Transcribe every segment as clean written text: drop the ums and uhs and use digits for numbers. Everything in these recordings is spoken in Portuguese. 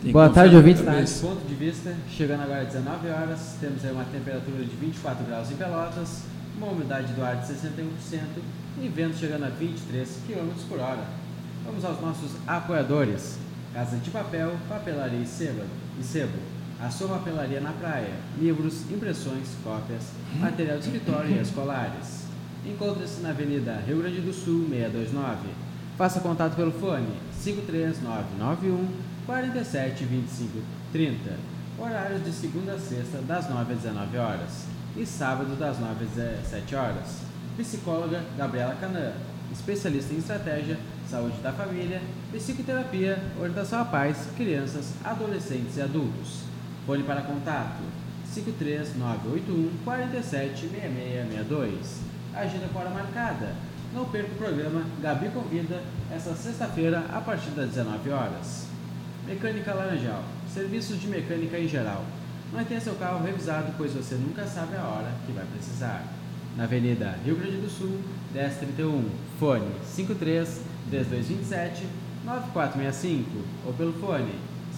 Boa tarde, ouvintes da Rádio Ponto de Vista. Chegando agora às 19 horas, temos aí uma temperatura de 24 graus em Pelotas, uma umidade do ar de 61% e vento chegando a 23 km por hora. Vamos aos nossos apoiadores. Casa de Papel, Papelaria e Sebo. A sua papelaria na praia. Livros, impressões, cópias, material de escritório e escolares. Encontre-se na Avenida Rio Grande do Sul, 629. Faça contato pelo fone 53991 47 25 30. Horários de segunda a sexta, das 9 às 19 horas. E sábado, das 9 às 17 horas. Psicóloga Gabriela Canã. Especialista em estratégia, saúde da família, psicoterapia, orientação a pais, crianças, adolescentes e adultos. Fone para contato 53981 47 6662. Agenda fora marcada. Não perca o programa Gabi Convida, esta sexta-feira, a partir das 19 horas. Mecânica Laranjal. Serviços de mecânica em geral. Mantenha seu carro revisado, pois você nunca sabe a hora que vai precisar. Na Avenida Rio Grande do Sul, 1031. Fone 53-3227-9465 ou pelo fone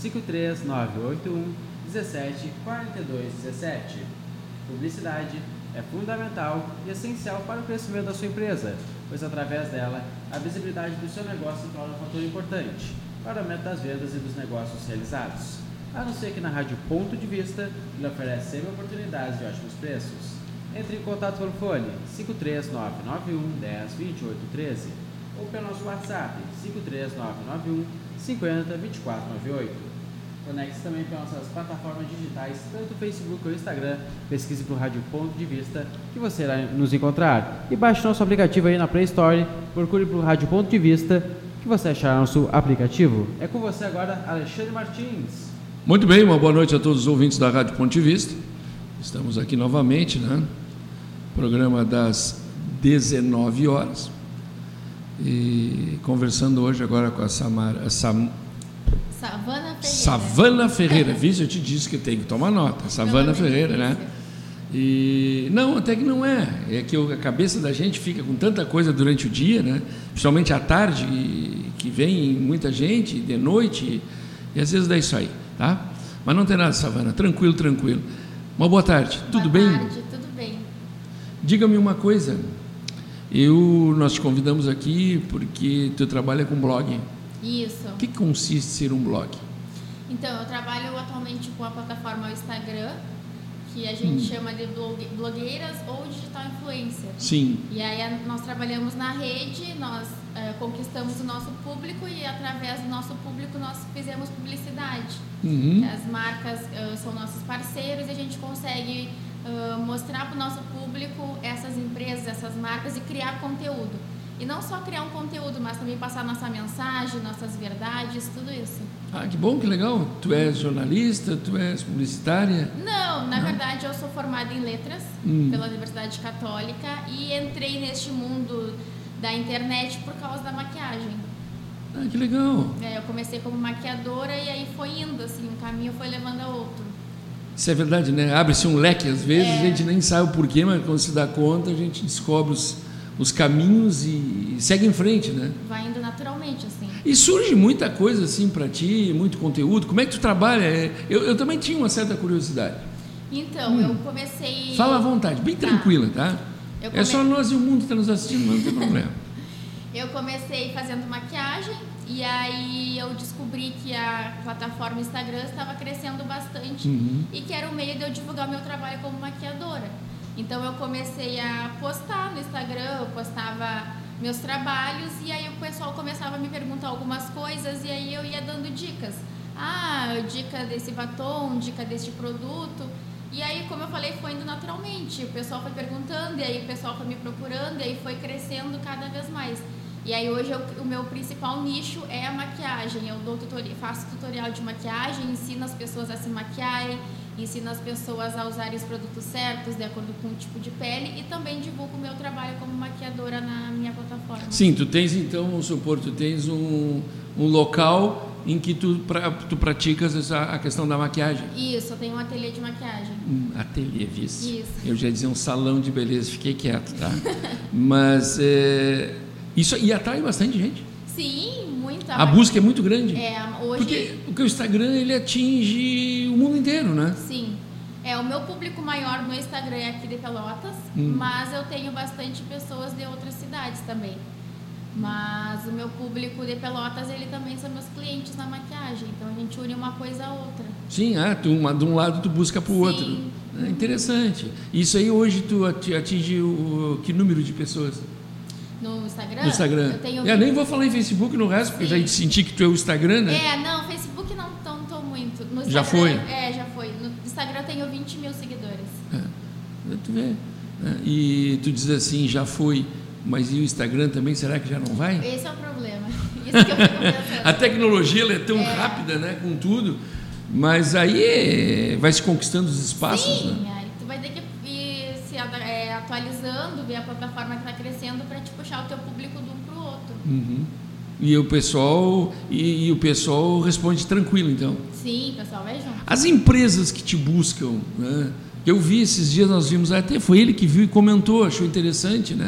53981-174217. Publicidade é fundamental e essencial para o crescimento da sua empresa, pois através dela, a visibilidade do seu negócio se torna um fator importante para o aumento das vendas e dos negócios realizados. A não ser que na Rádio Ponto de Vista lhe oferece sempre oportunidades de ótimos preços. Entre em contato pelo fone 53991 10 28 13 ou pelo nosso WhatsApp 53991 50 24 98. Conecte-se também pelas nossas plataformas digitais, tanto o Facebook ou o Instagram. Pesquise por Rádio Ponto de Vista que você irá nos encontrar. E baixe nosso aplicativo aí na Play Store, procure por Rádio Ponto de Vista que você achará nosso aplicativo. É com você agora, Alexandre Martins. Muito bem, uma boa noite a todos os ouvintes da Rádio Ponto de Vista. Estamos aqui novamente, né? Programa das 19 horas. E conversando hoje agora com a Savana Ferreira. Vice, eu te disse que tem que tomar nota. Savana Ferreira, né? E não, até que não é. É que a cabeça da gente fica com tanta coisa durante o dia, né? Principalmente à tarde, que vem muita gente, de noite, e às vezes dá isso aí, tá? Mas não tem nada, Savana. Tranquilo. Uma boa tarde. Tudo bem? Boa tarde, tudo bem. Diga-me uma coisa. Nós te convidamos aqui porque tu trabalha com blog. Isso. O que consiste ser um blog? Então, eu trabalho atualmente com a plataforma Instagram, que a gente chama de blogueiras ou digital influencer. Sim. E aí nós trabalhamos na rede, nós conquistamos o nosso público e através do nosso público nós fizemos publicidade. As marcas são nossos parceiros e a gente consegue mostrar para o nosso público essas empresas, essas marcas e criar conteúdo. E não só criar um conteúdo, mas também passar nossa mensagem, nossas verdades, tudo isso. Ah, que bom, que legal. Tu és jornalista, tu és publicitária? Não, na verdade eu sou formada em letras pela Universidade Católica e entrei neste mundo da internet por causa da maquiagem. Ah, que legal. Eu comecei como maquiadora e aí foi indo, assim, um caminho foi levando a outro. Isso é verdade, né? Abre-se um leque, às vezes a gente nem sabe o porquê, mas quando se dá conta a gente descobre os caminhos e segue em frente, né? Vai indo naturalmente, assim. E surge muita coisa, assim, para ti, muito conteúdo. Como é que tu trabalha? Eu também tinha uma certa curiosidade. Então, eu comecei... Fala à vontade, bem tranquila, tá? É só nós e o mundo que está nos assistindo, mas não tem problema. Eu comecei fazendo maquiagem e aí eu descobri que a plataforma Instagram estava crescendo bastante e que era o meio de eu divulgar o meu trabalho como maquiadora. Então eu comecei a postar no Instagram, eu postava meus trabalhos e aí o pessoal começava a me perguntar algumas coisas e aí eu ia dando dicas. Dica desse batom, dica deste produto. E aí, como eu falei, foi indo naturalmente. O pessoal foi perguntando e aí o pessoal foi me procurando e aí foi crescendo cada vez mais. E aí hoje o meu principal nicho é a maquiagem. Eu faço tutorial de maquiagem, ensino as pessoas a se maquiarem, ensino as pessoas a usarem os produtos certos de acordo com o tipo de pele e também divulgo o meu trabalho como maquiadora na minha plataforma. Sim, tu tens então, vamos supor, tu tens um local em que tu praticas a questão da maquiagem. Isso, eu tenho um ateliê de maquiagem. Ateliê, vice. Isso. Eu já ia dizer um salão de beleza, fiquei quieto, tá? Mas isso e atrai bastante gente. Sim, muito. A busca é muito grande. Hoje... Porque o Instagram, ele atinge o mundo inteiro, né? Sim. O meu público maior no Instagram é aqui de Pelotas, mas eu tenho bastante pessoas de outras cidades também. Mas o meu público de Pelotas, ele também são meus clientes na maquiagem. Então, a gente une uma coisa a outra. Sim, de um lado tu busca para o outro. É interessante. Isso aí hoje tu atinge que número de pessoas? No Instagram? No Instagram. Eu tenho... nem vou falar em Facebook no resto, porque já senti que tu é o Instagram, né? Não, Facebook não tô muito. No Instagram, já foi? Já foi. No Instagram eu tenho 20 mil seguidores. Tu vê. E tu diz assim, já foi, mas e o Instagram também, será que já não vai? Esse é o problema. Isso que eu fico pensando. A tecnologia ela é tão rápida, né, com tudo, mas aí vai se conquistando os espaços. Sim, né? Aí tu vai ter que ir se atualizando, ver a plataforma que está crescendo para te puxar o teu público de um para o outro. E o pessoal responde tranquilo, então. Sim, o pessoal vai junto. As empresas que te buscam, né? Eu vi esses dias, nós vimos, até foi ele que viu e comentou, achou interessante, né?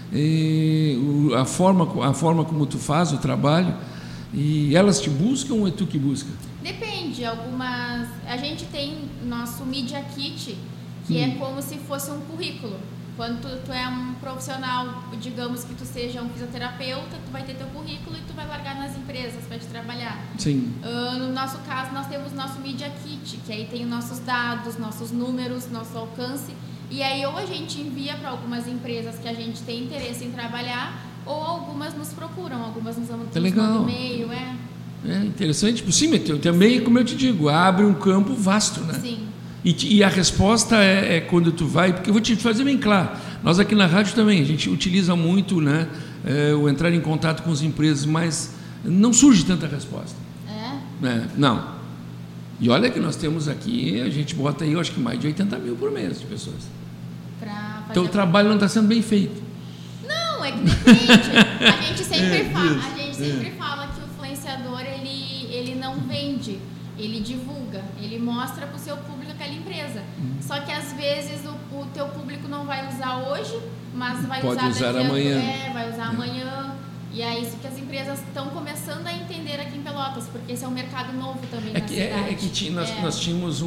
A forma como tu faz o trabalho, e elas te buscam ou é tu que busca? Depende, algumas... A gente tem nosso Media Kit, que é como se fosse um currículo. Quando tu é um profissional, digamos que tu seja um fisioterapeuta, tu vai ter teu currículo e tu vai largar nas empresas para te trabalhar. Sim. No nosso caso, nós temos nosso Media Kit, que aí tem os nossos dados, nossos números, nosso alcance. E aí ou a gente envia para algumas empresas que a gente tem interesse em trabalhar, ou algumas nos procuram, algumas nos mandam e-mail. É interessante. Sim, também, como eu te digo, abre um campo vasto, né? Sim. E a resposta é quando tu vai, porque eu vou te fazer bem claro, nós aqui na rádio também, a gente utiliza muito, né, o entrar em contato com as empresas, mas não surge tanta resposta. Não. E olha que nós temos aqui, a gente bota aí, eu acho que mais de 80 mil por mês de pessoas. Então o trabalho não está sendo bem feito. Não, é que depende. A gente sempre fala que o influenciador, ele não vende. Ele divulga, ele mostra para o seu público aquela empresa. Só que às vezes o teu público não vai usar hoje, mas vai usar amanhã. Vai usar amanhã. E é isso que as empresas estão começando a entender aqui em Pelotas, porque esse é um mercado novo também na cidade. Nós tínhamos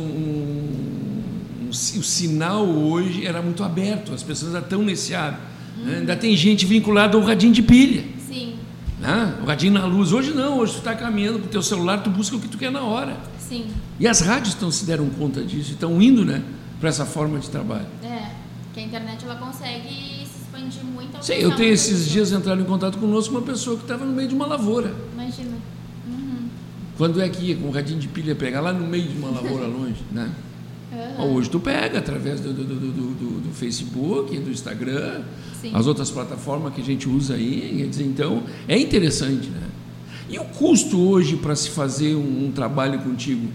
o sinal hoje era muito aberto, as pessoas já estão nesse hábito. Ainda tem gente vinculada ao radinho de pilha. Sim. O radinho na luz. Hoje não, hoje tu está caminhando com o teu celular, tu busca o que tu quer na hora. Sim. E as rádios se deram conta disso, estão indo, né, para essa forma de trabalho. Que a internet ela consegue se expandir muito. Sim, eu tenho esses dias entrado em contato conosco uma pessoa que estava no meio de uma lavoura. Imagina. Quando é que ia com o radinho de pilha pegar lá no meio de uma lavoura longe, né? Hoje tu pega através do Facebook, do Instagram, Sim. as outras plataformas que a gente usa aí, quer dizer, então é interessante, né? E o custo hoje para se fazer um trabalho contigo?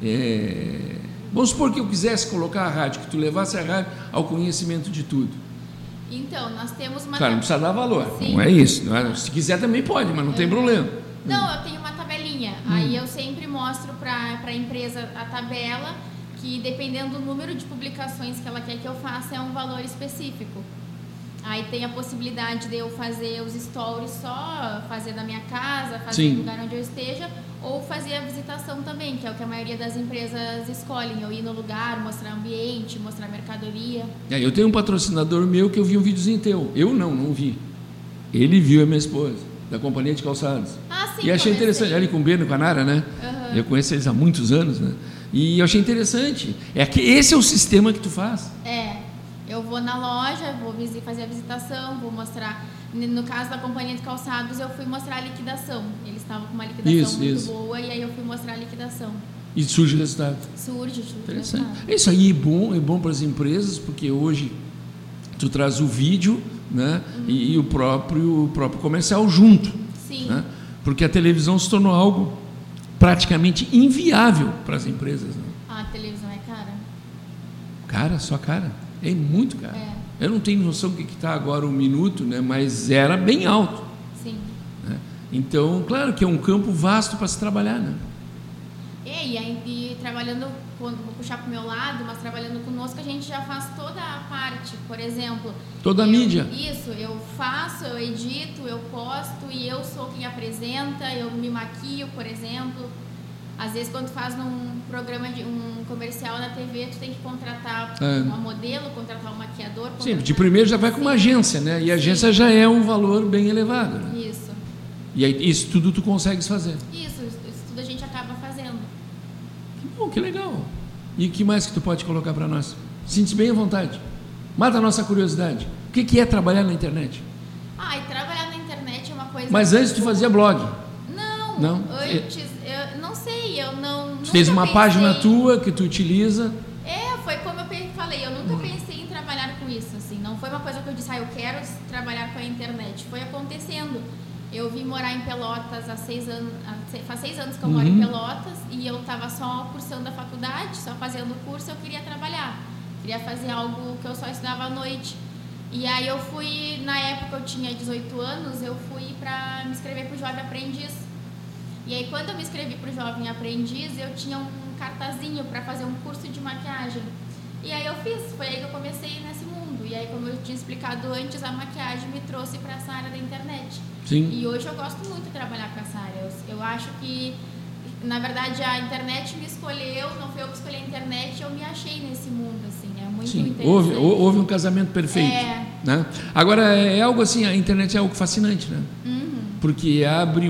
Vamos supor que eu quisesse colocar a rádio, que tu levasse a rádio ao conhecimento de tudo. Então, nós temos uma... Claro, não precisa dar valor, Sim. não é isso. Não é? Se quiser também pode, mas não tem problema. Não, eu tenho uma tabelinha. Aí eu sempre mostro para a empresa a tabela, que dependendo do número de publicações que ela quer que eu faça, é um valor específico. Aí tem a possibilidade de eu fazer os stories só, fazer da minha casa, fazer no lugar onde eu esteja, ou fazer a visitação também, que é o que a maioria das empresas escolhem. Eu ir no lugar, mostrar ambiente, mostrar mercadoria. Eu tenho um patrocinador meu que eu vi um videozinho teu. Eu não vi. Ele viu, a minha esposa, da Companhia de Calçados. Sim, e achei interessante. Ali com o Beno e com a Nara, né? Eu conheço eles há muitos anos, né? E eu achei interessante. Esse é o sistema que tu faz. Eu vou na loja, vou fazer a visitação, vou mostrar. No caso da Companhia de Calçados, eu fui mostrar a liquidação. Eles estavam com uma liquidação muito boa, e aí eu fui mostrar a liquidação. E surge o resultado. Surge interessante. Resultado. Isso aí é bom para as empresas, porque hoje tu traz o vídeo, né? E o próprio comercial junto. Sim. Né? Porque a televisão se tornou algo praticamente inviável para as empresas. Né? A televisão é cara? Cara, só cara. É muito caro. Eu não tenho noção do que está agora o minuto, né? Mas era bem alto. Sim. Né? Então, claro que é um campo vasto para se trabalhar, né? E trabalhando, vou puxar para o meu lado, mas trabalhando conosco, a gente já faz toda a parte, por exemplo. Toda a mídia. Isso, eu faço, eu edito, eu posto e eu sou quem apresenta, eu me maquio, por exemplo. Às vezes, quando tu faz num programa, um comercial na TV, tu tem que contratar uma modelo, contratar um maquiador. Sim, de primeiro já vai com uma agência, né? E a agência já é um valor bem elevado, né? Isso. E aí, isso tudo tu consegues fazer. Isso tudo a gente acaba fazendo. Bom, que legal. E o que mais que tu pode colocar para nós? Sinta-se bem à vontade. Mata a nossa curiosidade. O que é trabalhar na internet? E trabalhar na internet é uma coisa... Mas antes tu fazia blog? Não? Antes, eu não sei, eu não... Tu fez uma página tua que tu utiliza? Foi como eu falei, eu nunca pensei em trabalhar com isso, assim. Não foi uma coisa que eu disse, eu quero trabalhar com a internet. Foi acontecendo. Eu vim morar em Pelotas há 6 anos, faz 6 anos que eu moro em Pelotas, e eu estava só cursando a faculdade, só fazendo o curso, eu queria trabalhar. Queria fazer algo que eu só estudava à noite. E aí eu fui, na época eu tinha 18 anos, eu fui para me inscrever para o Jovem Aprendiz. E aí quando eu me inscrevi para o Jovem Aprendiz, eu tinha um cartazinho para fazer um curso de maquiagem. E aí eu fiz, foi aí que eu comecei nesse mundo. E aí, como eu tinha explicado antes, a maquiagem me trouxe para essa área da internet. Sim. E hoje eu gosto muito de trabalhar com essa área. Eu acho que, na verdade, a internet me escolheu, não foi eu que escolhi a internet, eu me achei nesse mundo, assim, é muito interessante. Houve um casamento perfeito. Né? Agora, é algo assim, a internet é algo fascinante, né? Porque abre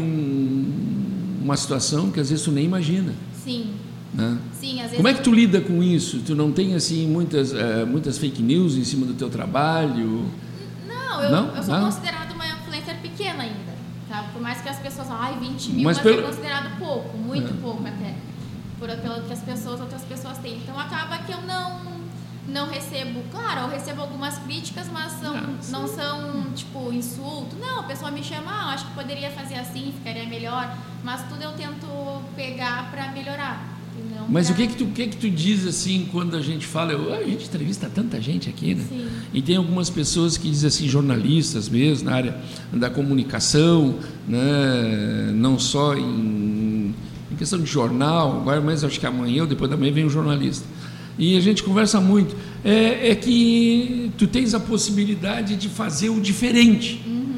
uma situação que às vezes tu nem imagina. Sim. Né? Sim, às vezes. Como é que tu lida com isso? Tu não tem assim muitas fake news em cima do teu trabalho? Não, eu sou considerada uma influencer pequena ainda, tá? Por mais que as pessoas falem, 20 mil, mas é considerado pouco, muito pouco até, pelo que outras pessoas têm. Então acaba que eu não recebo, claro, eu recebo algumas críticas, mas não são tipo insulto. Não, a pessoa me chama, acho que poderia fazer assim, ficaria melhor, mas tudo eu tento pegar para melhorar. Mas o que tu diz assim quando a gente fala, a gente entrevista tanta gente aqui, né? Sim. E tem algumas pessoas que dizem assim, jornalistas mesmo, na área da comunicação, né? Não só em questão de jornal, agora, mas acho que amanhã ou depois da manhã vem um jornalista. E a gente conversa muito, é que tu tens a possibilidade de fazer o diferente.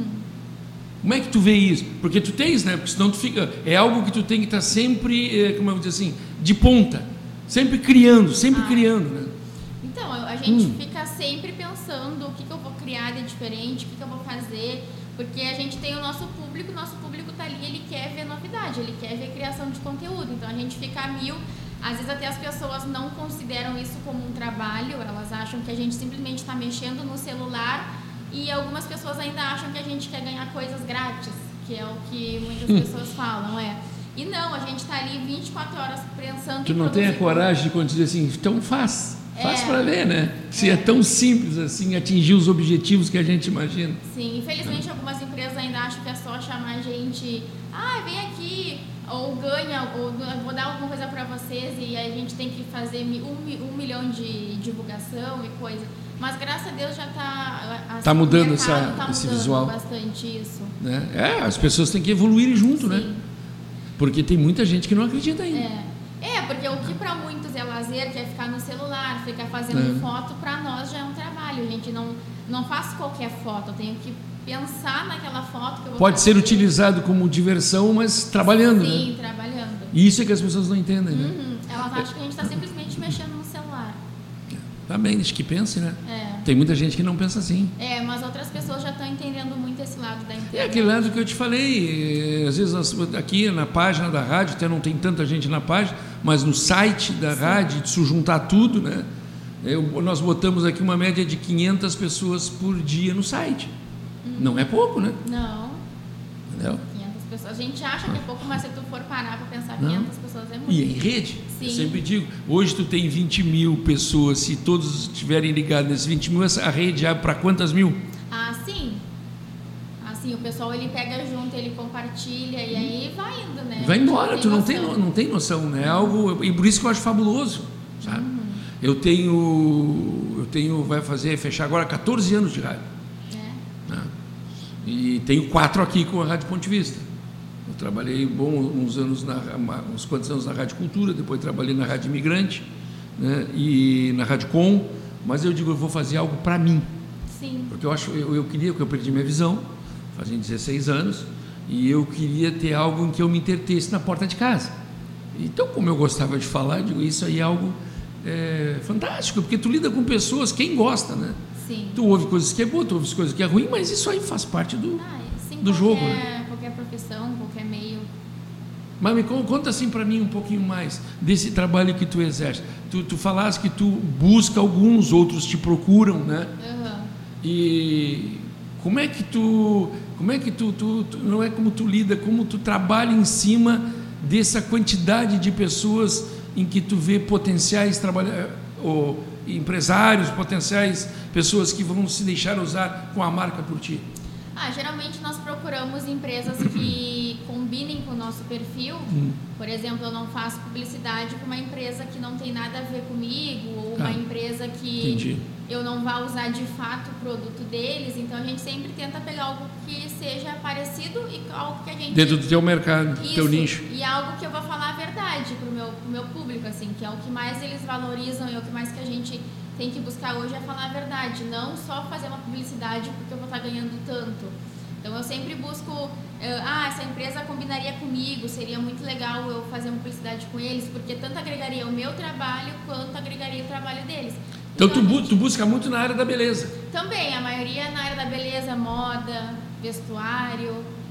Como é que tu vê isso? Porque tu tens, né? Porque senão tu fica... É algo que tu tem que estar sempre, como eu vou dizer assim, de ponta. Sempre criando, né? Então, a gente fica sempre pensando o que eu vou criar de diferente, o que eu vou fazer, porque a gente tem o nosso público está ali, ele quer ver novidade, ele quer ver criação de conteúdo. Então, a gente fica a mil. Às vezes até as pessoas não consideram isso como um trabalho, elas acham que a gente simplesmente está mexendo no celular. E algumas pessoas ainda acham que a gente quer ganhar coisas grátis, que é o que muitas pessoas falam, E não, a gente está ali 24 horas pensando... Tu não tem a coragem de quando dizer assim, então faz para ver, né? Se é tão simples assim, atingir os objetivos que a gente imagina. Sim, infelizmente algumas empresas ainda acham que é só chamar a gente, vem aqui, ou ganha, ou vou dar alguma coisa para vocês, e aí a gente tem que fazer 1 milhão de divulgação e coisa... Mas graças a Deus já está mudando esse visual. Bastante isso. Né? As pessoas têm que evoluir junto, né? Porque tem muita gente que não acredita ainda. Porque o que para muitos é lazer, que é ficar no celular, ficar fazendo foto, para nós já é um trabalho. A gente não faz qualquer foto, eu tenho que pensar naquela foto que eu vou Pode ser utilizado como diversão, mas trabalhando, né? Sim, trabalhando. E isso é que as pessoas não entendem, né? Elas acham que a gente está simplesmente mexendo no celular. Tá bem, deixa que pense, né? Tem muita gente que não pensa assim. Mas outras pessoas já estão entendendo muito esse lado da internet. É aquele lado que eu te falei, às vezes aqui na página da rádio, até não tem tanta gente na página, mas no site da rádio, se juntar tudo, né? Nós botamos aqui uma média de 500 pessoas por dia no site. Não é pouco, né? Não. Entendeu? 500 pessoas. A gente acha que é pouco, mas se tu for parar para pensar, 500 pessoas é muito. E em rede? Sim. Eu sempre digo, hoje tu tem 20 mil pessoas, se todos estiverem ligados nesses 20 mil, a rede abre para quantas mil? Sim. O pessoal ele pega junto, ele compartilha e aí vai indo, né? Vai embora, tu não tem noção, né? É algo, e por isso que eu acho fabuloso, sabe? Eu tenho, vai fechar agora 14 anos de rádio. Né? E tenho 4 aqui com a Rádio Ponte Vista. Eu trabalhei uns quantos anos na Rádio Cultura, depois trabalhei na Rádio Imigrante, né, e na Rádio Com, mas eu digo, eu vou fazer algo para mim. Sim. Porque eu queria, porque eu perdi minha visão, fazia 16 anos, e eu queria ter algo em que eu me entretesse na porta de casa. Então, como eu gostava de falar, eu digo, isso aí é algo fantástico, porque tu lida com pessoas, quem gosta, né? Sim. Tu ouve coisas que é boa, tu ouve coisas que é ruim, mas isso aí faz parte do jogo, né? Qualquer profissão, qualquer meio. Mas me conta assim para mim um pouquinho mais desse trabalho que tu exerce. Tu falaste que tu busca alguns, outros te procuram, né? Uhum. E como é que tu não é como tu lida, como tu trabalha em cima dessa quantidade de pessoas em que tu vê potenciais ou empresários, potenciais pessoas que vão se deixar usar com a marca por ti? Geralmente nós procuramos empresas que combinem com o nosso perfil. Por exemplo, eu não faço publicidade com uma empresa que não tem nada a ver comigo, ou uma empresa que Entendi. Eu não vá usar de fato o produto deles. Então a gente sempre tenta pegar algo que seja parecido e algo que a gente... Dentro do teu mercado, do Isso, teu nicho. E algo que eu vou falar a verdade pro meu público, assim, que é o que mais eles valorizam e é o que mais que a gente tem que buscar hoje é falar a verdade, não só fazer uma publicidade porque eu vou estar ganhando tanto. Então eu sempre busco, essa empresa combinaria comigo, seria muito legal eu fazer uma publicidade com eles, porque tanto agregaria o meu trabalho quanto agregaria o trabalho deles. Então tu busca muito na área da beleza. Também, a maioria é na área da beleza, moda, vestuário.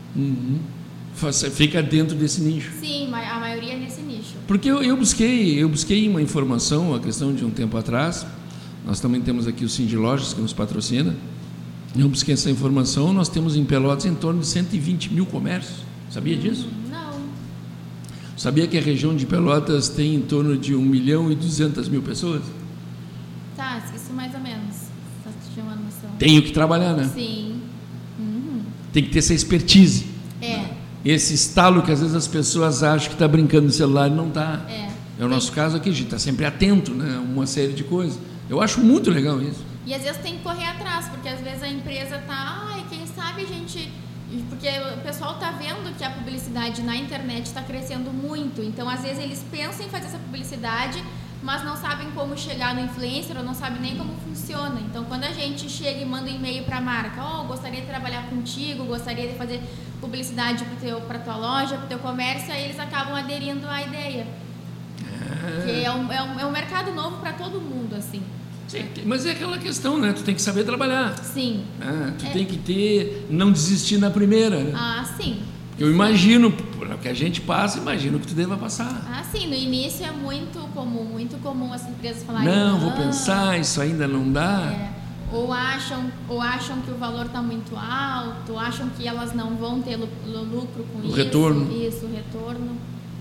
Fica dentro desse nicho. Sim, a maioria é nesse nicho. Porque eu busquei uma informação, a questão de um tempo atrás. Nós também temos aqui o Cindy Lojas, que nos patrocina. Eu busquei essa informação. Nós temos em Pelotas em torno de 120 mil comércios. Sabia disso? Não. Sabia que a região de Pelotas tem em torno de 1.200.000 pessoas? Tá, isso mais ou menos. Só te tinha uma noção. Tenho que trabalhar, né? Sim. Tem que ter essa expertise. É. Esse estalo que às vezes as pessoas acham que está brincando no celular e não está. É o nosso caso aqui, a gente está sempre atento, né? Uma série de coisas. Eu acho muito legal isso. E às vezes tem que correr atrás, porque às vezes a empresa tá, quem sabe a gente... Porque o pessoal está vendo que a publicidade na internet está crescendo muito. Então, às vezes, eles pensam em fazer essa publicidade, mas não sabem como chegar no influencer ou não sabem nem como funciona. Então, quando a gente chega e manda um e-mail para a marca, gostaria de trabalhar contigo, gostaria de fazer publicidade para tua loja, para o teu comércio, aí eles acabam aderindo à ideia. Porque é um mercado novo para todo mundo, assim. Sim, mas é aquela questão, né? Tu tem que saber trabalhar. Sim. Tu tem que não desistir na primeira. Né? Sim. Porque eu imagino, o que a gente passa, imagino que tu deva passar. Sim, no início é muito comum as empresas falarem... Não, vou pensar, isso ainda não dá. Ou acham que o valor está muito alto, ou acham que elas não vão ter lucro com isso. Retorno. Isso, o retorno.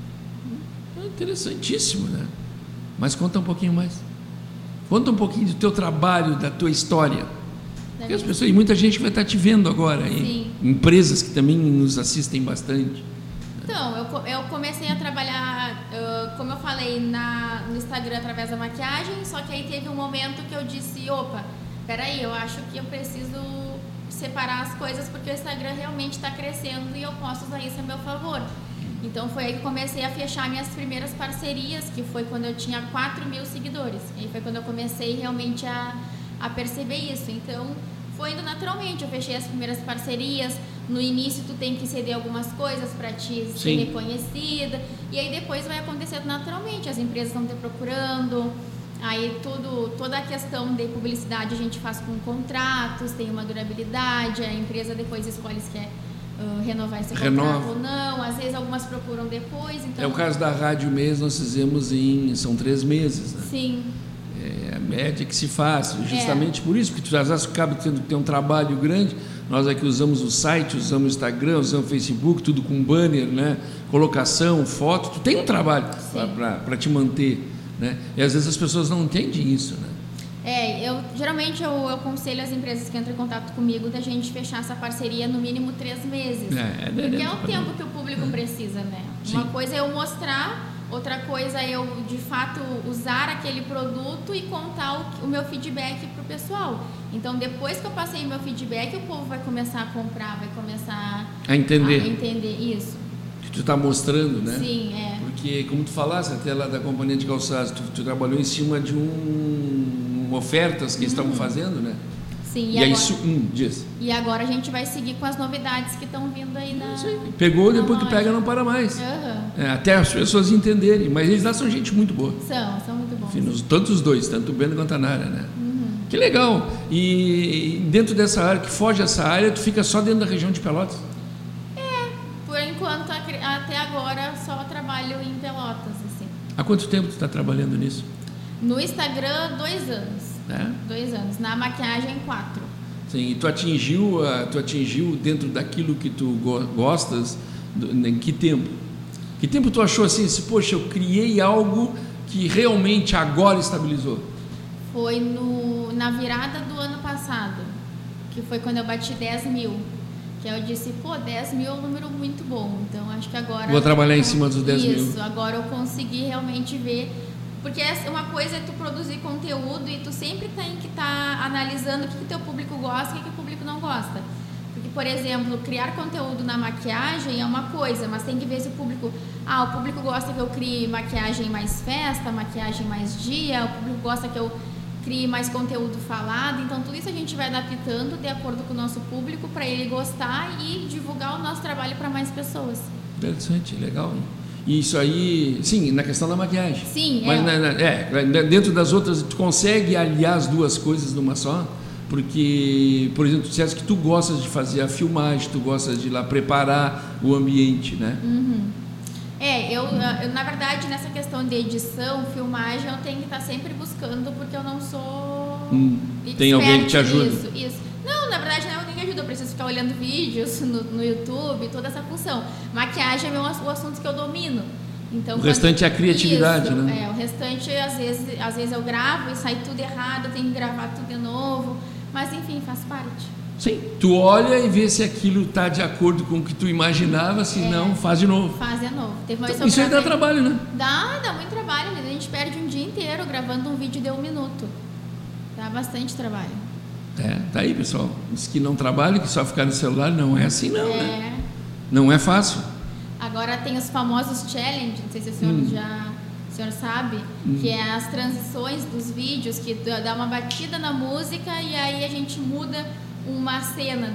É interessantíssimo, né? Mas conta um pouquinho mais. Conta um pouquinho do teu trabalho, da tua história. Porque as pessoas, e muita gente vai estar te vendo agora. Sim. Empresas que também nos assistem bastante. Então, eu comecei a trabalhar, como eu falei, no Instagram através da maquiagem, só que aí teve um momento que eu disse, peraí, eu acho que eu preciso separar as coisas porque o Instagram realmente está crescendo e eu posso usar isso a meu favor. Então foi aí que comecei a fechar minhas primeiras parcerias, que foi quando eu tinha 4.000 seguidores. E aí foi quando eu comecei realmente a perceber isso. Então foi indo naturalmente, eu fechei as primeiras parcerias. No início tu tem que ceder algumas coisas para te ser reconhecida. E aí depois vai acontecendo naturalmente, as empresas vão te procurando. Aí toda a questão de publicidade a gente faz com contratos, tem uma durabilidade, a empresa depois escolhe se quer renovar esse contrato ou não, às vezes algumas procuram depois. Então... É o caso da rádio mesmo, nós fizemos são 3 meses, né? Sim. É a média que se faz, justamente por isso, porque tu às vezes acaba tendo que ter um trabalho grande. Nós aqui usamos o site, usamos o Instagram, usamos o Facebook, tudo com banner, né? Colocação, foto, tu tem um trabalho para te manter, né? E às vezes as pessoas não entendem isso, né? Geralmente eu aconselho as empresas que entram em contato comigo da gente fechar essa parceria no mínimo 3 meses. Porque é o tempo que o público precisa, né? Sim. Uma coisa é eu mostrar, outra coisa é eu, de fato, usar aquele produto e contar o meu feedback pro pessoal. Então, depois que eu passei o meu feedback, o povo vai começar a comprar, vai começar a entender isso. tu está mostrando, né? Sim, é. Porque, como tu falasse até lá da companhia de calçados, tu trabalhou em cima de ofertas que eles estavam fazendo, né? Sim, E aí isso, diz. E agora a gente vai seguir com as novidades que estão vindo aí na. Pegou, na depois loja. que pega não para mais. Uhum. Até as pessoas entenderem. Mas eles lá são gente muito boa. São muito bons. Enfim, todos os dois, tanto o Beno quanto a Nara, né? Que legal. E dentro dessa área, que foge essa área, tu fica só dentro da região de Pelotas? Por enquanto, até agora, só trabalho em Pelotas, assim. Há quanto tempo tu está trabalhando nisso? No Instagram, 2 anos. 2 anos. Na maquiagem, 4. Sim, e tu atingiu dentro daquilo que tu gostas, em que tempo? Que tempo tu achou assim, poxa, eu criei algo que realmente agora estabilizou? Foi na virada do ano passado, que foi quando eu bati 10 mil. Que eu disse, 10 mil é um número muito bom, então acho que agora... Vou trabalhar em cima dos 10 mil. Isso, agora eu consegui realmente ver... Porque uma coisa é tu produzir conteúdo e tu sempre tem que estar analisando o que teu público gosta e o que o público não gosta. Porque, por exemplo, criar conteúdo na maquiagem é uma coisa, mas tem que ver se o público gosta que eu crie maquiagem mais festa, maquiagem mais dia, o público gosta que eu crie mais conteúdo falado. Então, tudo isso a gente vai adaptando de acordo com o nosso público para ele gostar e divulgar o nosso trabalho para mais pessoas. Interessante, legal, hein? E isso aí, sim, na questão da maquiagem. Sim, mas dentro das outras, tu consegue aliar as duas coisas numa só? Porque, por exemplo, tu disseste que tu gostas de fazer a filmagem, tu gostas de ir lá preparar o ambiente, né? Eu, na verdade, nessa questão de edição, filmagem, eu tenho que estar sempre buscando, porque eu não sou tem alguém que te ajuda? Isso. Não, na verdade, não é alguém que ajuda, eu preciso ficar olhando vídeos no YouTube, toda essa função. Maquiagem é o assunto que eu domino. Então, o restante é a criatividade, isso, né? O restante, às vezes eu gravo e sai tudo errado, eu tenho que gravar tudo de novo, mas enfim, faz parte. Sim, tu olha e vê se aquilo está de acordo com o que tu imaginava, se não, faz de novo. Faz de novo. Então, isso aí dá trabalho, né? Dá muito trabalho, a gente perde um dia inteiro gravando um vídeo de 1 minuto. Dá bastante trabalho. Tá aí, pessoal. Diz que não trabalha, que só ficar no celular, não é assim não, né? Não é fácil. Agora tem os famosos challenge, não sei se o senhor sabe, que é as transições dos vídeos, que dá uma batida na música e aí a gente muda uma cena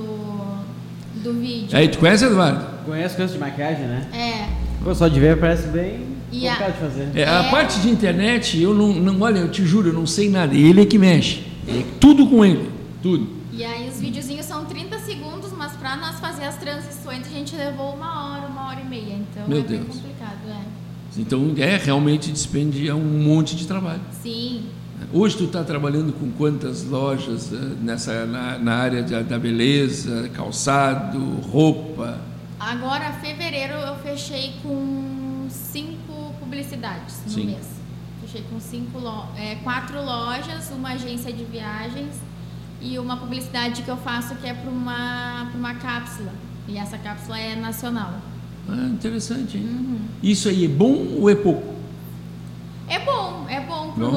do vídeo. Aí, tu conhece, Eduardo? Conhece coisa de maquiagem, né? Pô, só de ver parece bem complicado de fazer. A parte de internet, eu não, olha, eu te juro, eu não sei nada. Ele é que mexe. É tudo com ele, tudo. E aí os videozinhos são 30 segundos, mas para nós fazer as transições a gente levou 1 hora e meia. Então Meu bem Deus. complicado, Então realmente dispendia um monte de trabalho. Sim. Hoje tu está trabalhando com quantas lojas na área da beleza, calçado, roupa? Agora, fevereiro, eu fechei com 5 publicidades no mês. Fechei com 4 lojas, uma agência de viagens e uma publicidade que eu faço que é para uma cápsula. E essa cápsula é nacional. Interessante, hein? Isso aí é bom ou é pouco? É bom. Pro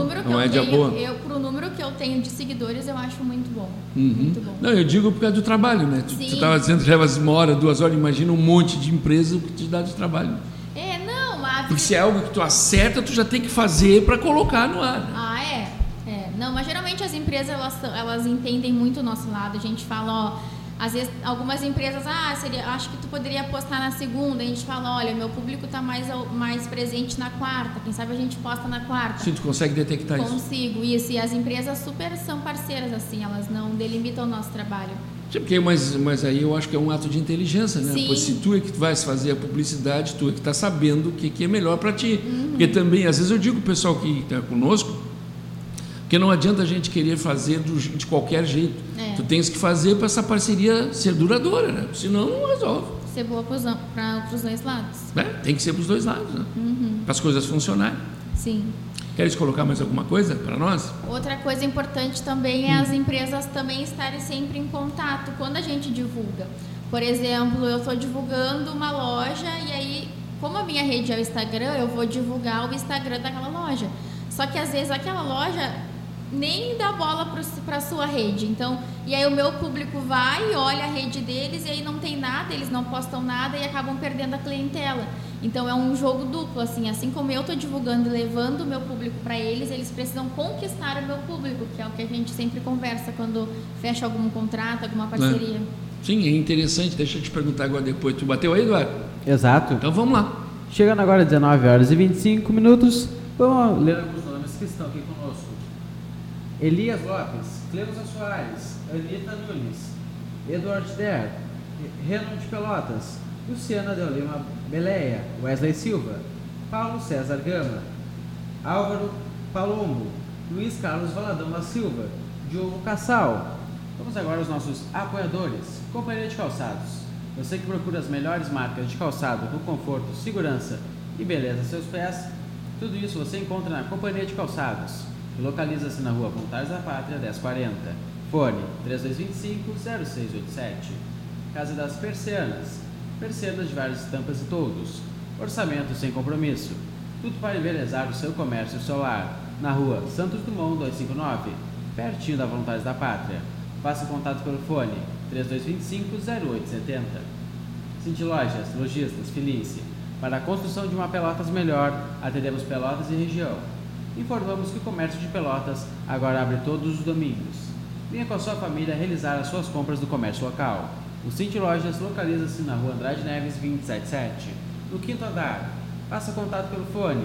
número que eu tenho de seguidores, eu acho muito bom. Muito bom. Não, eu digo por causa do trabalho, né? Tu estava dizendo que levas 1 hora, 2 horas, imagina um monte de empresa que te dá de trabalho. Porque se é algo que tu acerta, tu já tem que fazer para colocar no ar. Né? Não, mas geralmente as empresas, elas entendem muito o nosso lado. A gente fala, às vezes algumas empresas, acho que tu poderia postar na segunda. A gente fala, olha, meu público está mais presente na quarta. Quem sabe a gente posta na quarta. Sim, tu consegue detectar isso? Consigo, isso. E as empresas super são parceiras, assim, elas não delimitam o nosso trabalho. Sim, porque, mas aí eu acho que é um ato de inteligência, né? Sim. Pois se tu é que vais fazer a publicidade, tu é que está sabendo o que é melhor para ti. Porque também, às vezes eu digo pro pessoal que está conosco, que não adianta a gente querer fazer de qualquer jeito. Tu tens que fazer para essa parceria ser duradoura, né? Senão não resolve. Ser boa para os dois lados. Tem que ser para os dois lados, né? Para as coisas funcionarem. Sim. Queres colocar mais alguma coisa para nós? Outra coisa importante também é as empresas também estarem sempre em contato quando a gente divulga. Por exemplo, eu estou divulgando uma loja e aí, como a minha rede é o Instagram, eu vou divulgar o Instagram daquela loja. Só que às vezes aquela loja nem dá bola para a sua rede. Então, e aí o meu público vai e olha a rede deles e aí não tem nada, eles não postam nada e acabam perdendo a clientela. Então é um jogo duplo, assim como eu estou divulgando e levando o meu público para eles, eles precisam conquistar o meu público, que é o que a gente sempre conversa quando fecha algum contrato, alguma parceria. Sim, é interessante. Deixa eu te perguntar agora depois. Tu bateu aí, Eduardo? Exato. Então vamos lá. Chegando agora às 19h25, vamos ler alguns nomes que estão aqui conosco. Elias Lopes, Cleusa Soares, Anitta Nunes, Eduardo Der, Renan de Pelotas, Luciana de Lima Beleia, Wesley Silva, Paulo César Gama, Álvaro Palombo, Luiz Carlos Valadão da Silva, Diogo Cassal. Vamos agora aos nossos apoiadores. Companhia de Calçados. Você que procura as melhores marcas de calçado com conforto, segurança e beleza aos seus pés, tudo isso você encontra na Companhia de Calçados, que localiza-se na Rua Voluntários da Pátria, 1040. Fone 3225-0687. Casa das Persianas. Persianas de várias estampas e toldos. Orçamento sem compromisso. Tudo para embelezar o seu comércio e o seu lar. Na Rua Santos Dumont 259, pertinho da Voluntários da Pátria. Faça contato pelo fone 3225-0870. Cinti Lojas, lojistas, filie-se. Para a construção de uma Pelotas melhor, atendemos Pelotas e região. Informamos que o comércio de Pelotas agora abre todos os domingos. Venha com a sua família realizar as suas compras do comércio local. O Cinti Lojas localiza-se na Rua Andrade Neves 277, no 5º andar. Faça contato pelo fone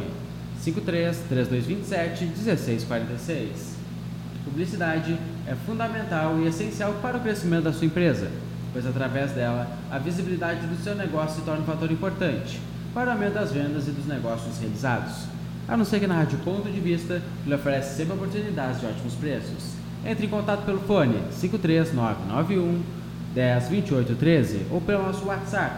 53-3227-1646. Publicidade é fundamental e essencial para o crescimento da sua empresa, pois através dela, a visibilidade do seu negócio se torna um fator importante para o aumento das vendas e dos negócios realizados. A não ser que na Rádio Ponto de Vista lhe oferece sempre oportunidades de ótimos preços. Entre em contato pelo fone 53991 102813 ou pelo nosso WhatsApp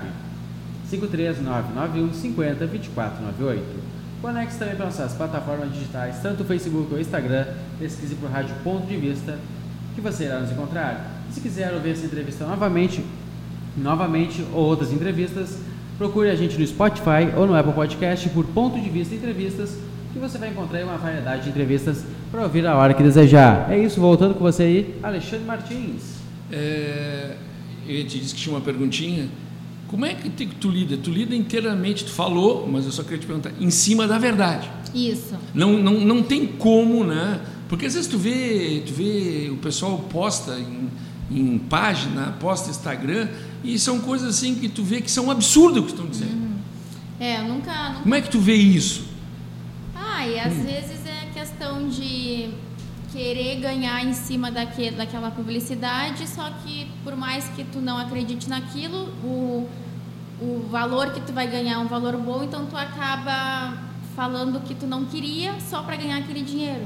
53991 50 2498. Conecte também para nossas plataformas digitais, tanto o Facebook ou o Instagram. Pesquise por Rádio Ponto de Vista, que você irá nos encontrar. Se quiser ouvir essa entrevista novamente ou outras entrevistas, procure a gente no Spotify ou no Apple Podcast por Ponto de Vista Entrevistas, que você vai encontrar uma variedade de entrevistas para ouvir a hora que desejar. É isso, voltando com você aí, Alexandre Martins. Eu te disse que tinha uma perguntinha. Como é que tu lida? Tu lida inteiramente, tu falou, mas eu só queria te perguntar, em cima da verdade. Isso. Não tem como, né? Porque às vezes tu vê o pessoal posta em página, posta Instagram, e são coisas assim que tu vê que são absurdas o que estão dizendo. Eu nunca... Como é que tu vê isso? E às vezes é questão de querer ganhar em cima daquela publicidade, só que por mais que tu não acredite naquilo, o valor que tu vai ganhar é um valor bom, então tu acaba falando que tu não queria só para ganhar aquele dinheiro.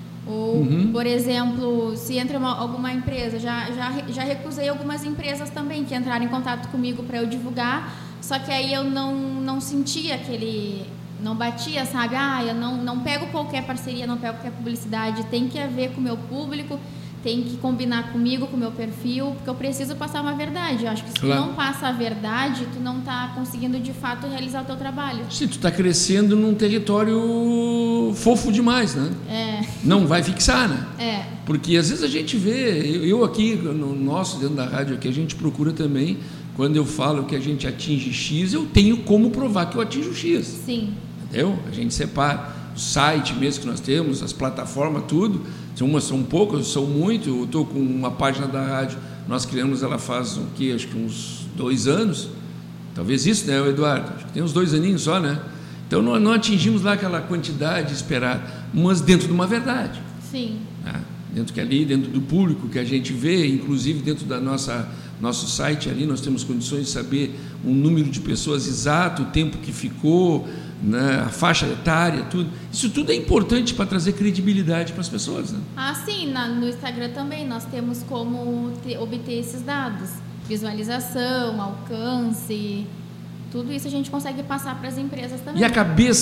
Ou, por exemplo, se entra alguma empresa, já recusei algumas empresas também que entraram em contato comigo para eu divulgar, só que aí eu não sentia aquele... Não batia, sabe? Eu não pego qualquer parceria, não pego qualquer publicidade, tem que haver com o meu público, tem que combinar comigo, com o meu perfil, porque eu preciso passar uma verdade. Eu acho que se tu não passa a verdade, tu não está conseguindo de fato realizar o teu trabalho. Sim, tu está crescendo num território fofo demais, né? Não vai fixar, né? Porque às vezes a gente vê, eu aqui, no nosso, dentro da rádio aqui, a gente procura também, quando eu falo que a gente atinge X, eu tenho como provar que eu atinjo X. Sim. Entendeu? A gente separa o site mesmo que nós temos, as plataformas, tudo. Umas são poucas, são muito. Eu estou com uma página da rádio, nós criamos ela faz acho que uns 2 anos. Talvez isso, né, Eduardo? Acho que tem uns 2 aninhos só, né? Então não atingimos lá aquela quantidade esperada, mas dentro de uma verdade. Sim. Né? Dentro do público que a gente vê, inclusive dentro da nosso site ali, nós temos condições de saber o número de pessoas exato, o tempo que ficou, né, a faixa etária, tudo. Isso tudo é importante para trazer credibilidade para as pessoas, né? Sim, no Instagram também nós temos como obter esses dados. Visualização, alcance, tudo isso a gente consegue passar para as empresas também. E a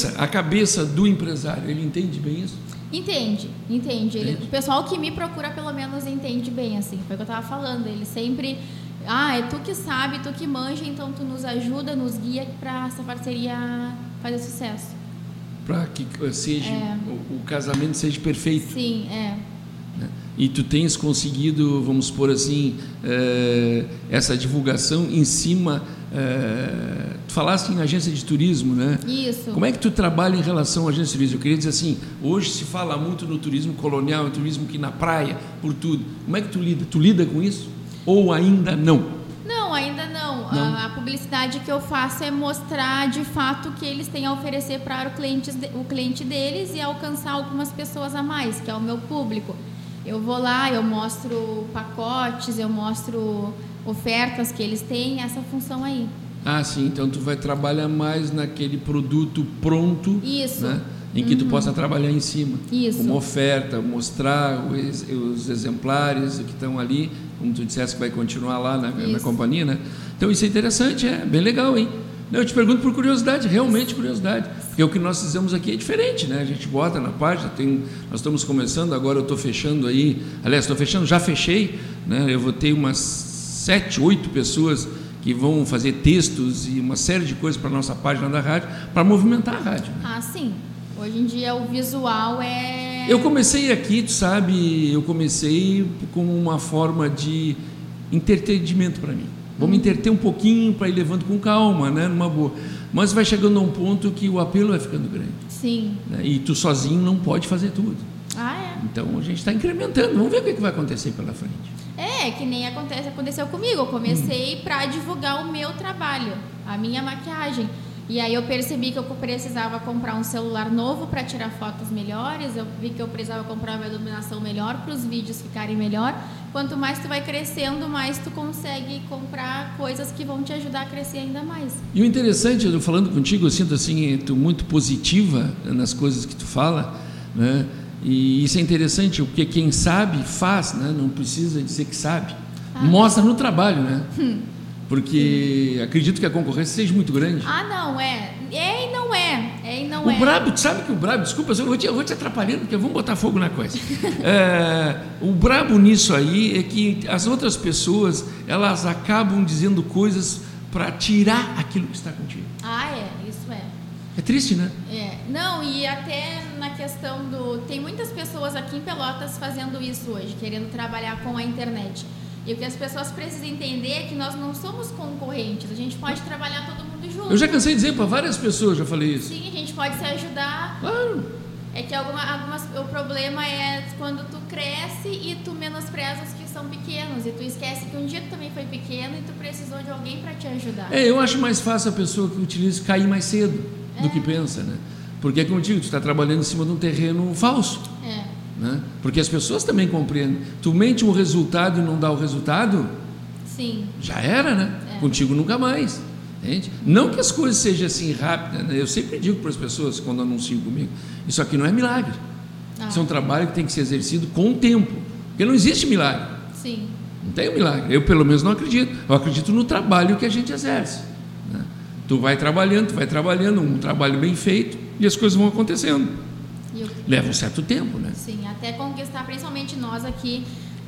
cabeça do empresário, ele entende bem isso? Entende. O pessoal que me procura pelo menos entende bem, assim, foi o que eu estava falando, ele sempre... é tu que sabe, tu que manja, então tu nos ajuda, nos guia para essa parceria fazer sucesso. Para que seja o casamento seja perfeito. Sim, né? E tu tens conseguido, vamos supor assim, essa divulgação em cima. Tu falaste em agência de turismo, né? Isso. Como é que tu trabalha em relação à agência de turismo? Eu queria dizer assim, hoje se fala muito no turismo colonial, no turismo que na praia, por tudo. Como é que tu lida? Tu lida com isso? Ou ainda não? Não, ainda não. A publicidade que eu faço é mostrar de fato o que eles têm a oferecer para o cliente deles e alcançar algumas pessoas a mais, que é o meu público. Eu vou lá, eu mostro pacotes, eu mostro ofertas que eles têm, essa função aí. Ah, sim. Então tu vai trabalhar mais naquele produto pronto, isso, né? Em que tu possa trabalhar em cima. Isso. Como oferta, mostrar os exemplares que estão ali, como tu disseste que vai continuar lá na companhia, né? Então isso é interessante, é bem legal, hein? Eu te pergunto por curiosidade, realmente curiosidade, porque o que nós fizemos aqui é diferente, né? A gente bota na página, nós estamos começando, agora eu estou fechando aí, aliás, já fechei, né? Eu vou ter umas 7, 8 pessoas que vão fazer textos e uma série de coisas para a nossa página da rádio, para movimentar a rádio. Né? Ah, sim. Hoje em dia o visual é... Eu comecei aqui, tu sabe, como uma forma de entretenimento para mim. Vamos entreter um pouquinho para ir levando com calma, né? Numa boa. Mas vai chegando a um ponto que o apelo vai ficando grande. Sim. Né? E tu sozinho não pode fazer tudo. Ah, é? Então a gente está incrementando. Vamos ver o que vai acontecer pela frente. Que nem aconteceu comigo. Eu comecei para divulgar o meu trabalho, a minha maquiagem. E aí eu percebi que eu precisava comprar um celular novo para tirar fotos melhores, eu vi que eu precisava comprar uma iluminação melhor para os vídeos ficarem melhor. Quanto mais tu vai crescendo, mais tu consegue comprar coisas que vão te ajudar a crescer ainda mais. E o interessante, eu falando contigo, eu sinto assim, tu muito positiva nas coisas que tu fala, né? E isso é interessante, porque quem sabe faz, né? Não precisa dizer que sabe. Mostra no trabalho, né? Porque acredito que a concorrência seja muito grande. Ah, não, e não é. Brabo, tu sabe que o brabo, desculpa, eu vou te atrapalhando, porque vamos botar fogo na coisa. O brabo nisso aí é que as outras pessoas, elas acabam dizendo coisas para tirar aquilo que está contigo. Isso é. É triste, né? Não, e até na questão tem muitas pessoas aqui em Pelotas fazendo isso hoje, querendo trabalhar com a internet. E o que as pessoas precisam entender é que nós não somos concorrentes, a gente pode trabalhar todo mundo junto. Eu já cansei de dizer para várias pessoas, já falei isso. Sim, a gente pode se ajudar. Claro. É que o problema é quando tu cresce e tu menospreza os que são pequenos, e tu esquece que um dia tu também foi pequeno e tu precisou de alguém para te ajudar. Eu acho mais fácil a pessoa que utiliza cair mais cedo do que pensa, né? Porque é como eu digo, tu está trabalhando em cima de um terreno falso. Né? Porque as pessoas também compreendem. Tu mente um resultado e não dá o resultado, sim, já era, né? Contigo nunca mais. Entende? Não que as coisas sejam assim rápidas, né? Eu sempre digo para as pessoas quando anunciam comigo, isso aqui não é milagre. Isso é um trabalho que tem que ser exercido com o tempo, porque não existe milagre. Sim. Não tem um milagre. Eu pelo menos não acredito. Eu acredito no trabalho que a gente exerce. Né? Tu vai trabalhando, um trabalho bem feito e as coisas vão acontecendo. Leva um certo tempo, né? Sim, até conquistar, principalmente nós aqui,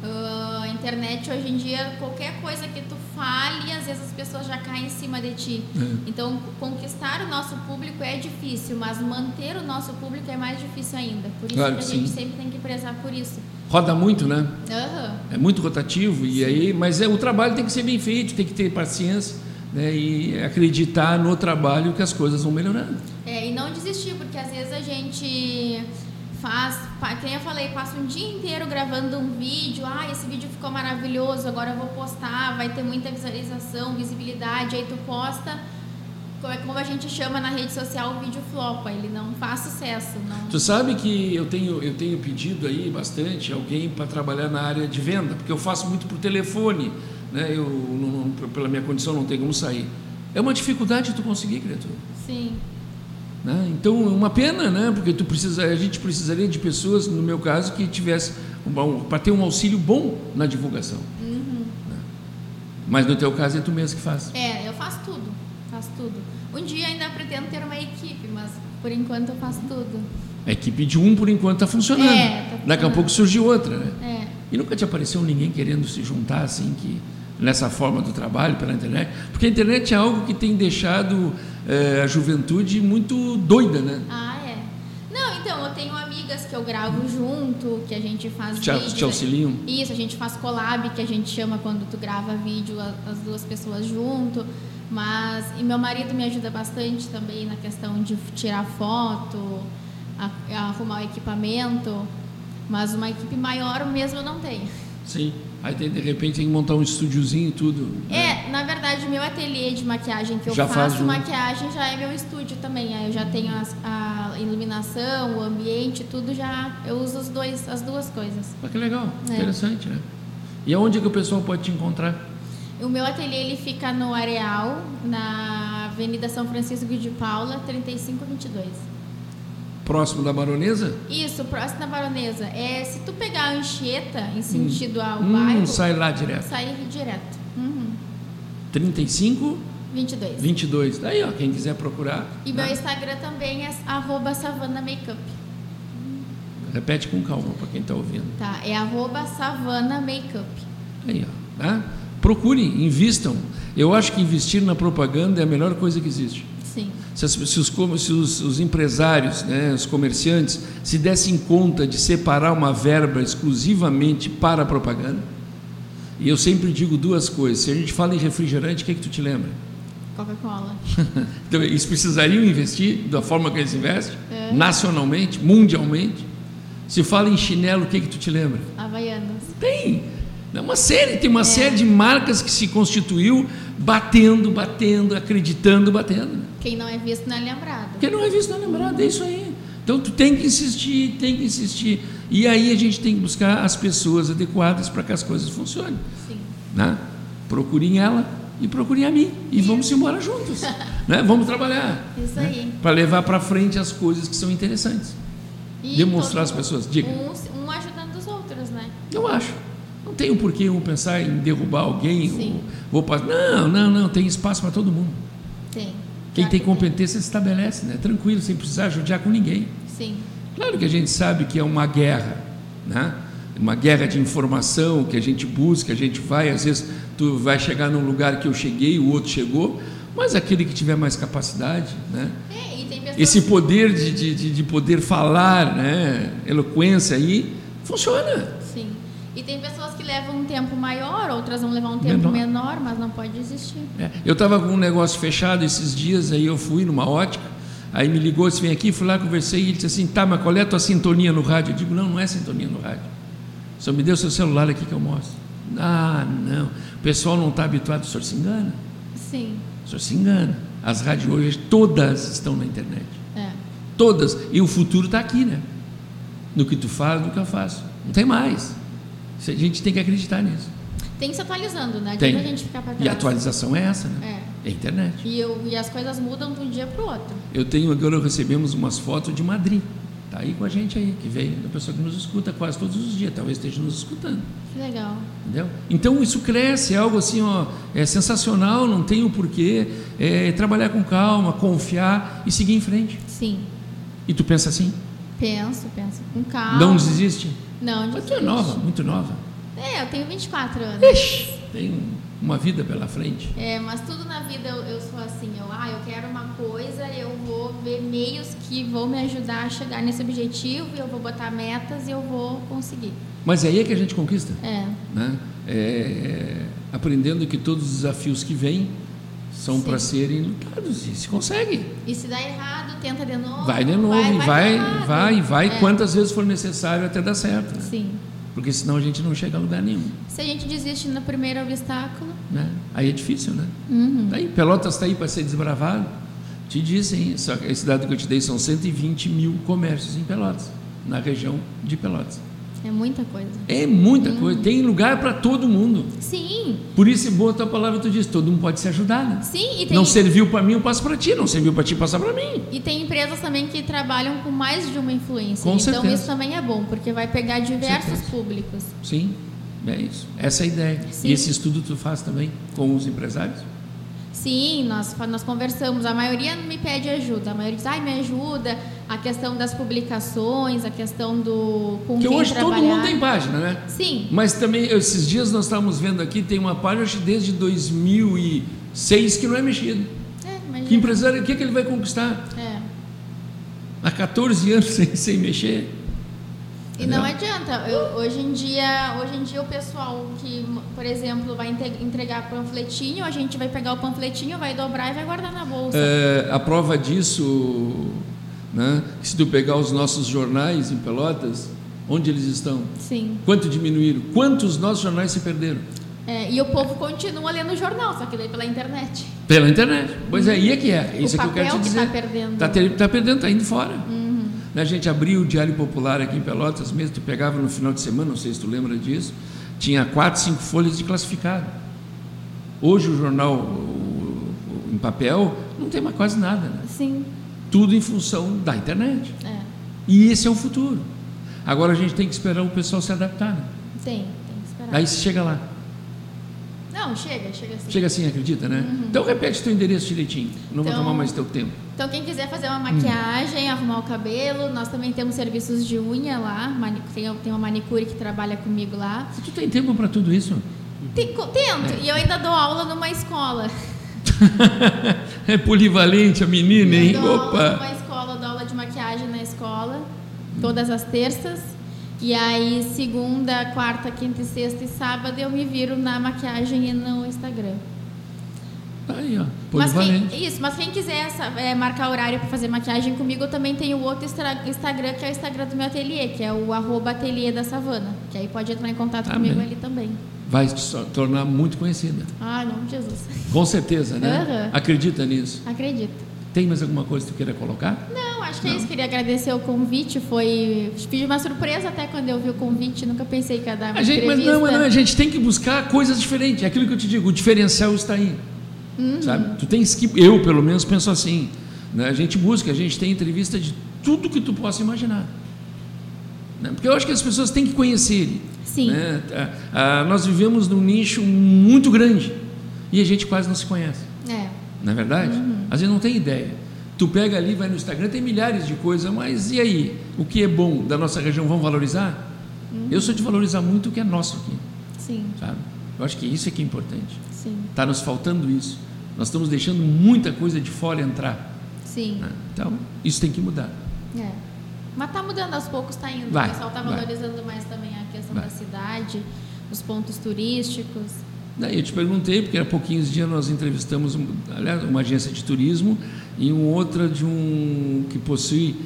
a internet hoje em dia, qualquer coisa que tu fale, às vezes as pessoas já caem em cima de ti. Então, conquistar o nosso público é difícil, mas manter o nosso público é mais difícil ainda. Por isso que a gente sempre tem que prezar por isso. Roda muito, né? É muito rotativo, e aí, mas o trabalho tem que ser bem feito, tem que ter paciência, né? E acreditar no trabalho que as coisas vão melhorando. E não desistir, porque às vezes a gente como eu falei, passa um dia inteiro gravando um vídeo, esse vídeo ficou maravilhoso, agora eu vou postar, vai ter muita visualização, visibilidade, aí tu posta, como a gente chama na rede social, o vídeo flopa, ele não faz sucesso. Não... Tu sabe que eu tenho pedido aí bastante alguém para trabalhar na área de venda, porque eu faço muito por telefone, né? Pela minha condição não tenho como sair. É uma dificuldade tu conseguir, criatura. Sim. Né? Então, é uma pena, né? Porque a gente precisaria de pessoas, no meu caso, que tivesse para ter um auxílio bom na divulgação. Né? Mas no teu caso é tu mesmo que faz. Eu faço tudo. Um dia ainda pretendo ter uma equipe, mas por enquanto eu faço tudo. A equipe de por enquanto está funcionando. Tá funcionando. Daqui a pouco surgiu outra, né? E nunca te apareceu ninguém querendo se juntar assim, nessa forma do trabalho pela internet? Porque a internet é algo que tem deixado a juventude muito doida, né? Não, então, Então, eu tenho amigas que eu gravo junto, que a gente faz vídeo. Te auxiliam? Isso, a gente faz collab, que a gente chama quando tu grava vídeo, as duas pessoas junto. E meu marido me ajuda bastante também na questão de tirar foto, arrumar o equipamento. Mas uma equipe maior mesmo eu não tenho. Sim. Aí de repente tem que montar um estúdiozinho e tudo. Né? Na verdade, meu ateliê de maquiagem que eu já faço maquiagem já é meu estúdio também. Aí eu já tenho a iluminação, o ambiente, tudo já. Eu uso as duas coisas. Ah, que legal, interessante, né? E aonde é que o pessoal pode te encontrar? O meu ateliê ele fica no Areal, na Avenida São Francisco de Paula, 3522. Próximo da Baronesa? Isso, próximo da Baronesa. Se tu pegar a Anchieta em sentido ao bairro... sai lá direto. Sai direto. 35? 22. 22. Daí, ó, quem quiser procurar. E meu Instagram também é @SavanaMakeup. Repete com calma para quem está ouvindo. Tá, é @SavanaMakeup. Aí, ó, tá? Procurem, invistam. Eu acho que investir na propaganda é a melhor coisa que existe. Sim. Se os empresários, né, os comerciantes, se dessem conta de separar uma verba exclusivamente para a propaganda, e eu sempre digo duas coisas. Se a gente fala em refrigerante, o que é que tu te lembra? Coca-Cola. Então, eles precisariam investir da forma que eles investem, nacionalmente, mundialmente. Se fala em chinelo, o que é que tu te lembra? Havaianas. Tem uma série de marcas que se constituiu batendo, acreditando, batendo. Quem não é visto não é lembrado. Quem não é visto não é lembrado, é isso aí. Então tu tem que insistir. E aí a gente tem que buscar as pessoas adequadas para que as coisas funcionem. Sim. Né? Procurem ela e procurem a mim. E vamos embora juntos. Né? Vamos trabalhar. Isso aí. Para levar para frente as coisas que são interessantes. E demonstrar às pessoas. Diga. Um ajudando os outros, né? Eu acho. Não tem um porquê um pensar em derrubar alguém. Sim. Não. Tem espaço para todo mundo. Tem. Quem tem competência se estabelece, né? Tranquilo, sem precisar judiar com ninguém. Sim. Claro que a gente sabe que é uma guerra, né? Uma guerra de informação que a gente busca, a gente vai, às vezes tu vai chegar num lugar que eu cheguei, o outro chegou, mas aquele que tiver mais capacidade, né? E tem pessoas... Esse poder de poder falar, né? Eloquência aí, funciona. Sim. E tem pessoas que levam um tempo maior, outras vão levar um tempo menor, mas não pode existir. Eu estava com um negócio fechado esses dias, aí eu fui numa ótica, aí me ligou, disse, vem aqui, fui lá, conversei, e ele disse assim, tá, mas qual é a tua sintonia no rádio? Eu digo, não é sintonia no rádio. Só me dê o seu celular aqui que eu mostro. Ah, não, o pessoal não está habituado, o senhor se engana? Sim. O senhor se engana. As rádios hoje, todas estão na internet. Todas. E o futuro está aqui, né? No que tu faz, no que eu faço. Não tem mais. A gente tem que acreditar nisso. Tem que se atualizando, né? Tem. A gente ficar para trás. E a atualização é essa, né? É a internet. E as coisas mudam de um dia para o outro. Agora recebemos umas fotos de Madrid. Está aí com a gente aí, que veio, a pessoa que nos escuta quase todos os dias, talvez esteja nos escutando. Que legal. Entendeu? Então isso cresce, é algo assim, ó, é sensacional, não tem o porquê, trabalhar com calma, confiar e seguir em frente. Sim. E tu pensa assim? Penso, com calma. Não desiste? Não, mas tu é nova, muito nova. Eu tenho 24 anos. Ixi, tem uma vida pela frente. Mas tudo na vida eu sou assim, eu quero uma coisa, eu vou ver meios que vão me ajudar a chegar nesse objetivo, e eu vou botar metas e eu vou conseguir. Mas aí é que a gente conquista. Né? Aprendendo que todos os desafios que vêm são para serem lutados, e se consegue. E se dá errado, tenta de novo. Vai de novo, vai quantas vezes for necessário até dar certo. Né? Sim. Porque senão a gente não chega a lugar nenhum. Se a gente desiste no primeiro obstáculo... Né? Aí é difícil, né? Tá aí, Pelotas está aí para ser desbravado. Te disse, hein? Esse dado que eu te dei são 120 mil comércios em Pelotas, na região de Pelotas. É muita coisa. É muita coisa. Tem lugar para todo mundo. Sim. Por isso é boa a tua palavra, tu diz, todo mundo pode se ajudar, né? Sim. E tem... Não serviu para mim, eu passo para ti. Não serviu para ti, passa para mim. E tem empresas também que trabalham com mais de uma influência. Com certeza. Então isso também é bom, porque vai pegar diversos públicos. Sim, é isso. Essa é a ideia. Sim. E esse estudo tu faz também com os empresários? Sim, nós conversamos. A maioria me pede ajuda. A maioria diz, me ajuda. A questão das publicações, a questão do... com que quem hoje trabalhar. todo mundo tem página, né? Sim. Mas também, esses dias nós estávamos vendo aqui, tem uma página desde 2006 que não é mexido. Imagina. Que empresário, o que ele vai conquistar? Há 14 anos sem mexer. E não adianta. Hoje em dia o pessoal que, por exemplo, vai entregar panfletinho, a gente vai pegar o panfletinho, vai dobrar e vai guardar na bolsa. A prova disso, né? Se tu pegar os nossos jornais em Pelotas, onde eles estão? Sim. Quanto diminuíram? Quantos nossos jornais se perderam? E o povo continua lendo o jornal, só que daí pela internet. Pela internet. Pois é, e que é. Isso é que eu quero te dizer. Está perdendo. Está perdendo, está indo fora. A gente abriu o Diário Popular aqui em Pelotas mesmo, tu pegava no final de semana, não sei se tu lembra disso, tinha 4, 5 folhas de classificado. Hoje o jornal em papel não tem mais quase nada, né? Sim. Tudo em função da internet. E esse é o futuro. Agora a gente tem que esperar o pessoal se adaptar, né? Tem que esperar. Aí se chega lá. Não, chega sim. Chega assim, acredita, né? Então repete teu endereço direitinho, não vai tomar mais teu tempo. Então quem quiser fazer uma maquiagem, arrumar o cabelo, nós também temos serviços de unha lá, tem uma manicure que trabalha comigo lá. Tu tem tempo para tudo isso? Tento, e eu ainda dou aula numa escola. É polivalente a menina, hein? Eu dou aula numa escola, dou aula de maquiagem na escola, todas as terças. E aí, segunda, quarta, quinta e sexta e sábado, eu me viro na maquiagem e no Instagram. Aí, ó, polivalente. Mas quem quiser marcar horário para fazer maquiagem comigo, eu também tenho outro Instagram, que é o Instagram do meu ateliê, que é o @ateliê da Savana, que aí pode entrar em contato comigo ali também. Vai se tornar muito conhecida. Em nome de Jesus. Com certeza, né? Acredita nisso? Acredito. Tem mais alguma coisa que tu queira colocar? Não, acho que é isso. Queria agradecer o convite. Fiz uma surpresa até quando eu vi o convite. Nunca pensei que ia dar uma entrevista. Mas a gente tem que buscar coisas diferentes. É aquilo que eu te digo, o diferencial está aí. Sabe? Tu tens que, eu pelo menos penso assim, né? A gente busca, a gente tem entrevista de tudo que tu possa imaginar, né? Porque eu acho que as pessoas têm que conhecer. Sim. Né? Nós vivemos num nicho muito grande e a gente quase não se conhece. Não é verdade? Às vezes não tem ideia. Tu pega ali, vai no Instagram, tem milhares de coisas, mas e aí? O que é bom da nossa região, vamos valorizar? Eu sou de valorizar muito o que é nosso aqui. Sim. Sabe? Eu acho que isso é que é importante. Sim. Está nos faltando isso. Nós estamos deixando muita coisa de fora entrar. Sim. Né? Então, isso tem que mudar. Mas está mudando aos poucos, está indo. O pessoal está valorizando mais também a questão da cidade, os pontos turísticos. Daí eu te perguntei, porque há pouquinhos dias nós entrevistamos uma agência de turismo e outra que possui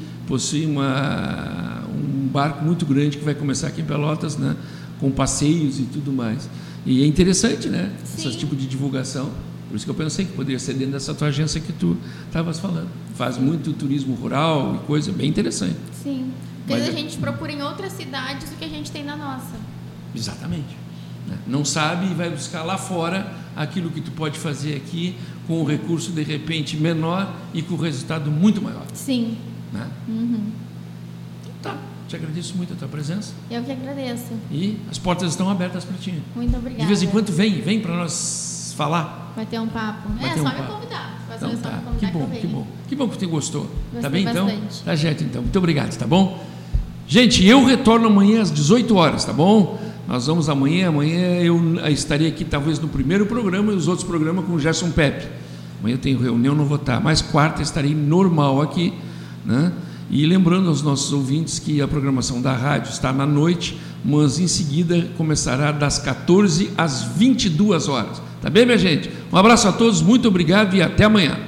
um barco muito grande que vai começar aqui em Pelotas, né, com passeios e tudo mais. E é interessante, né? Esse tipo de divulgação. Por isso que eu pensei que poderia ser dentro dessa tua agência que tu estavas falando. Faz muito turismo rural e coisa bem interessante. Sim. Porque a gente procura em outras cidades o que a gente tem na nossa. Exatamente. Não sabe e vai buscar lá fora aquilo que tu pode fazer aqui com um recurso de repente menor e com resultado muito maior. Sim. Né? Tá, te agradeço muito a tua presença. Eu que agradeço. E as portas estão abertas para ti. Muito obrigada. De vez em quando vem para nós falar. Vai ter um papo. Me convidar. Então tá, que bom que você gostou. Gostei tá bem bastante. Então? Tá certo então. Muito obrigado, tá bom? Gente, eu retorno amanhã às 18 horas, tá bom? Nós vamos amanhã eu estarei aqui talvez no primeiro programa e os outros programas com o Gerson Pepe. Amanhã eu tenho reunião, não vou estar, mas quarta estarei normal aqui, né? E lembrando aos nossos ouvintes que a programação da rádio está na noite, mas em seguida começará das 14 às 22 horas. Tá bem, minha gente? Um abraço a todos, muito obrigado e até amanhã.